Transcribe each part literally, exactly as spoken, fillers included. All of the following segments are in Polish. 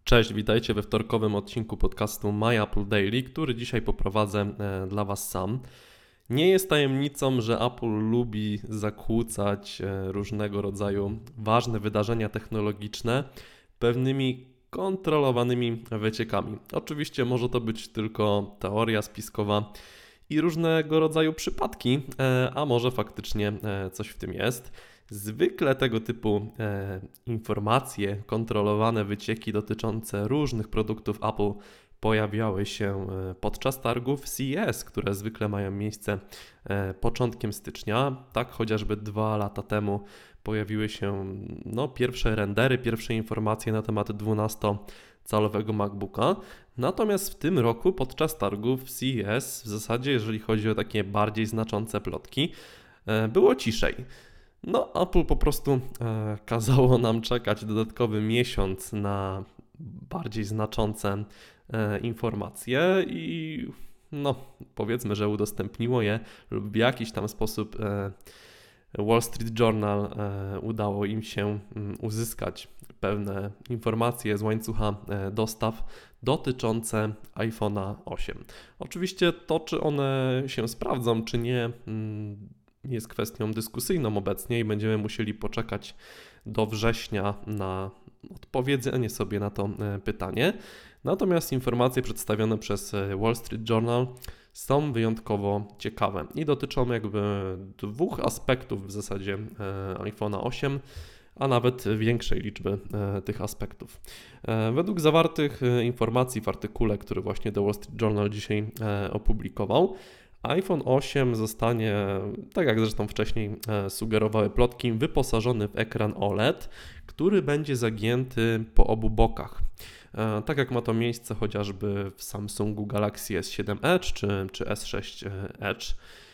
Cześć, witajcie we wtorkowym odcinku podcastu My Apple Daily, który dzisiaj poprowadzę dla Was sam. Nie jest tajemnicą, że Apple lubi zakłócać różnego rodzaju ważne wydarzenia technologiczne pewnymi kontrolowanymi wyciekami. Oczywiście może to być tylko teoria spiskowa i różnego rodzaju przypadki, a może faktycznie coś w tym jest. Zwykle tego typu e, informacje, kontrolowane wycieki dotyczące różnych produktów Apple pojawiały się podczas targów C E S, które zwykle mają miejsce e, początkiem stycznia. Tak chociażby dwa lata temu pojawiły się no, pierwsze rendery, pierwsze informacje na temat dwunastocalowego MacBooka. Natomiast w tym roku podczas targów C E S, w zasadzie jeżeli chodzi o takie bardziej znaczące plotki, e, było ciszej. No, Apple po prostu e, kazało nam czekać dodatkowy miesiąc na bardziej znaczące e, informacje i no, powiedzmy, że udostępniło je lub w jakiś tam sposób e, Wall Street Journal e, udało im się m, uzyskać pewne informacje z łańcucha e, dostaw dotyczące iPhone'a osiem. Oczywiście to, czy one się sprawdzą, czy nie, m, jest kwestią dyskusyjną obecnie i będziemy musieli poczekać do września na odpowiedzenie sobie na to pytanie. Natomiast informacje przedstawione przez Wall Street Journal są wyjątkowo ciekawe i dotyczą jakby dwóch aspektów w zasadzie iPhone'a osiem, a nawet większej liczby tych aspektów. Według zawartych informacji w artykule, który właśnie The Wall Street Journal dzisiaj opublikował, iPhone osiem zostanie, tak jak zresztą wcześniej sugerowały plotki, wyposażony w ekran O L E D, który będzie zagięty po obu bokach. Tak jak ma to miejsce chociażby w Samsungu Galaxy S siedem Edge czy, czy S sześć Edge.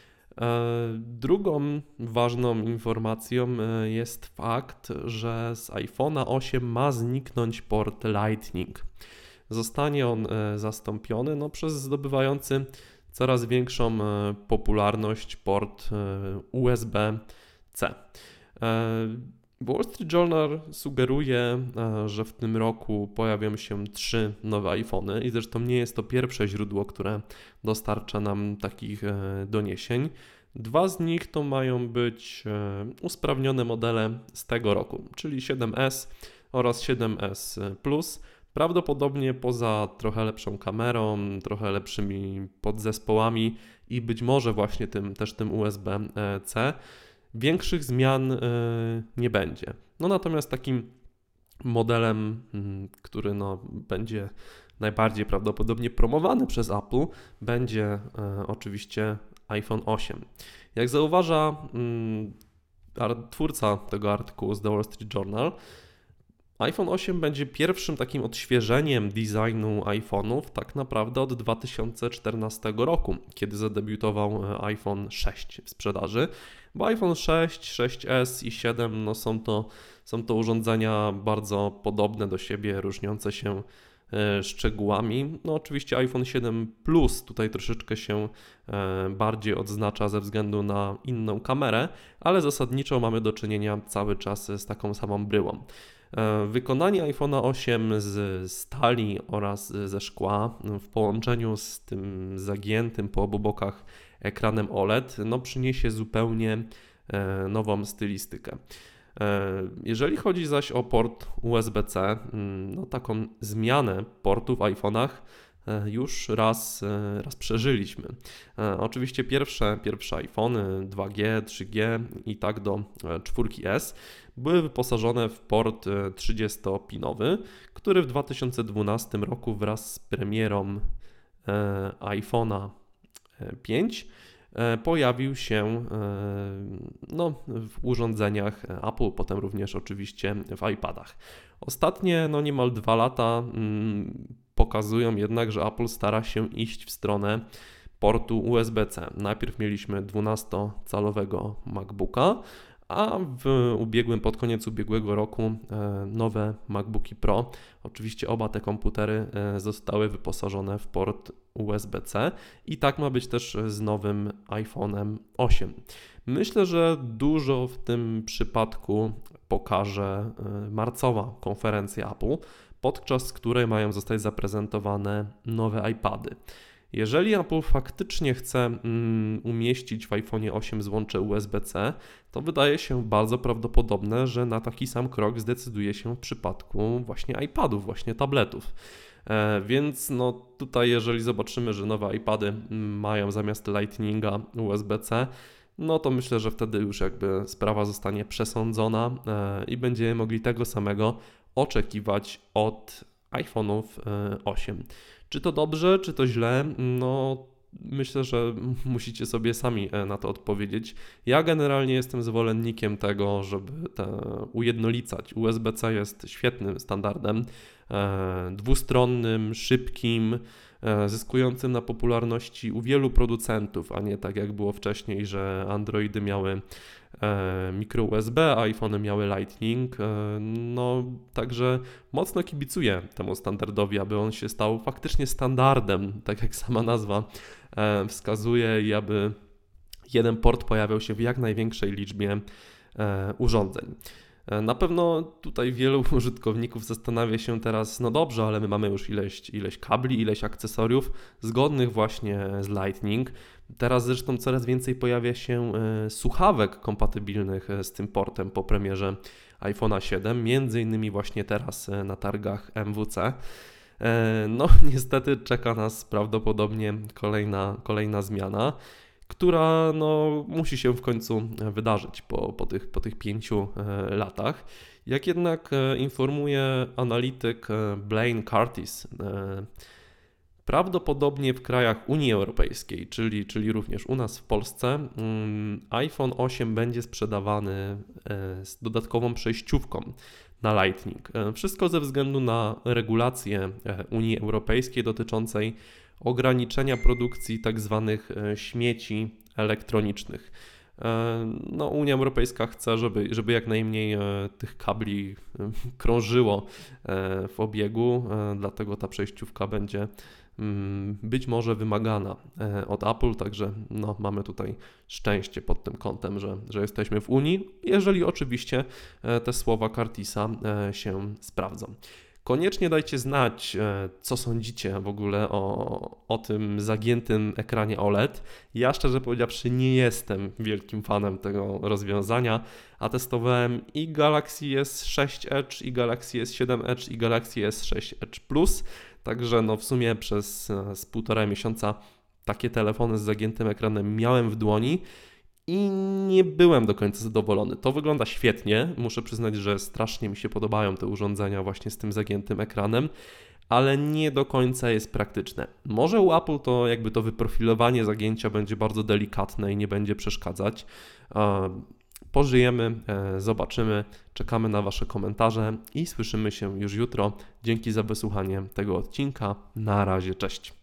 Drugą ważną informacją jest fakt, że z iPhone'a osiem ma zniknąć port Lightning. Zostanie on zastąpiony no, przez zdobywający coraz większą popularność port U S B C. Wall Street Journal sugeruje, że w tym roku pojawią się trzy nowe iPhony i zresztą nie jest to pierwsze źródło, które dostarcza nam takich doniesień. Dwa z nich to mają być usprawnione modele z tego roku, czyli siedem S oraz siedem S Plus. Prawdopodobnie poza trochę lepszą kamerą, trochę lepszymi podzespołami i być może właśnie tym, też tym U S B C, większych zmian nie będzie. No natomiast takim modelem, który no będzie najbardziej prawdopodobnie promowany przez Apple, będzie oczywiście iPhone osiem. Jak zauważa twórca tego artykułu z The Wall Street Journal, iPhone osiem będzie pierwszym takim odświeżeniem designu iPhone'ów tak naprawdę od dwa tysiące czternastego roku, kiedy zadebiutował iPhone sześć w sprzedaży, bo iPhone sześć, sześć S i siedem no są to, są to urządzenia bardzo podobne do siebie, różniące się szczegółami. No oczywiście iPhone siedem Plus tutaj troszeczkę się bardziej odznacza ze względu na inną kamerę, ale zasadniczo mamy do czynienia cały czas z taką samą bryłą. Wykonanie iPhone'a osiem z stali oraz ze szkła w połączeniu z tym zagiętym po obu bokach ekranem O L E D no, przyniesie zupełnie nową stylistykę. Jeżeli chodzi zaś o port U S B C, no taką zmianę portu w iPhone'ach już raz, raz przeżyliśmy. Oczywiście pierwsze, pierwsze iPhony dwa G, trzy G i tak do cztery S były wyposażone w port trzydziestopinowy, który w dwa tysiące dwunastym roku wraz z premierą iPhone'a pięć pojawił się no, w urządzeniach Apple, potem również oczywiście w iPadach. Ostatnie no, niemal dwa lata mm, pokazują jednak, że Apple stara się iść w stronę portu U S B C. Najpierw mieliśmy dwunastocalowego MacBooka, a w ubiegłym, pod koniec ubiegłego roku nowe MacBooki Pro. Oczywiście oba te komputery zostały wyposażone w port U S B C i tak ma być też z nowym iPhone'em osiem. Myślę, że dużo w tym przypadku pokaże marcowa konferencja Apple, podczas której mają zostać zaprezentowane nowe iPady. Jeżeli Apple faktycznie chce um, umieścić w iPhone'ie osiem złącze U S B C, to wydaje się bardzo prawdopodobne, że na taki sam krok zdecyduje się w przypadku właśnie iPadów, właśnie tabletów. E, więc no tutaj jeżeli zobaczymy, że nowe iPady mają zamiast Lightninga U S B C, no to myślę, że wtedy już jakby sprawa zostanie przesądzona e, i będziemy mogli tego samego oczekiwać od iPhone'ów osiem. Czy to dobrze, czy to źle? No myślę, że musicie sobie sami na to odpowiedzieć. Ja generalnie jestem zwolennikiem tego, żeby te ujednolicać. U S B C jest świetnym standardem, e, dwustronnym, szybkim, e, zyskującym na popularności u wielu producentów, a nie tak jak było wcześniej, że Androidy miały e, micro U S B, a iPhony miały Lightning. E, no także mocno kibicuję temu standardowi, aby on się stał faktycznie standardem, tak jak sama nazwa e, wskazuje, i aby jeden port pojawiał się w jak największej liczbie e, urządzeń. Na pewno tutaj wielu użytkowników zastanawia się teraz, no dobrze, ale my mamy już ileś, ileś kabli, ileś akcesoriów zgodnych właśnie z Lightning. Teraz zresztą coraz więcej pojawia się słuchawek kompatybilnych z tym portem po premierze iPhone'a siedem, między innymi właśnie teraz na targach M W C. No niestety czeka nas prawdopodobnie kolejna, kolejna zmiana, która no, musi się w końcu wydarzyć po, po, tych, po tych pięciu e, latach. Jak jednak e, informuje analityk e, Blaine Curtis, e, prawdopodobnie w krajach Unii Europejskiej, czyli, czyli również u nas w Polsce, mm, iPhone osiem będzie sprzedawany e, z dodatkową przejściówką na Lightning. E, wszystko ze względu na regulację e, Unii Europejskiej dotyczącej ograniczenia produkcji tak zwanych śmieci elektronicznych. No, Unia Europejska chce, żeby, żeby jak najmniej tych kabli krążyło w obiegu, dlatego ta przejściówka będzie być może wymagana od Apple, także no, mamy tutaj szczęście pod tym kątem, że, że jesteśmy w Unii, jeżeli oczywiście te słowa Curtisa się sprawdzą. Koniecznie dajcie znać, co sądzicie w ogóle o, o tym zagiętym ekranie O L E D. Ja szczerze powiedziawszy nie jestem wielkim fanem tego rozwiązania, a testowałem i Galaxy S sześć Edge, i Galaxy S siedem Edge, i Galaxy S sześć Edge Plus, także no w sumie przez z półtora miesiąca takie telefony z zagiętym ekranem miałem w dłoni i nie byłem do końca zadowolony. To wygląda świetnie, muszę przyznać, że strasznie mi się podobają te urządzenia właśnie z tym zagiętym ekranem, ale nie do końca jest praktyczne. Może u Apple to jakby to wyprofilowanie zagięcia będzie bardzo delikatne i nie będzie przeszkadzać. Pożyjemy, zobaczymy, czekamy na Wasze komentarze i słyszymy się już jutro. Dzięki za wysłuchanie tego odcinka. Na razie, cześć.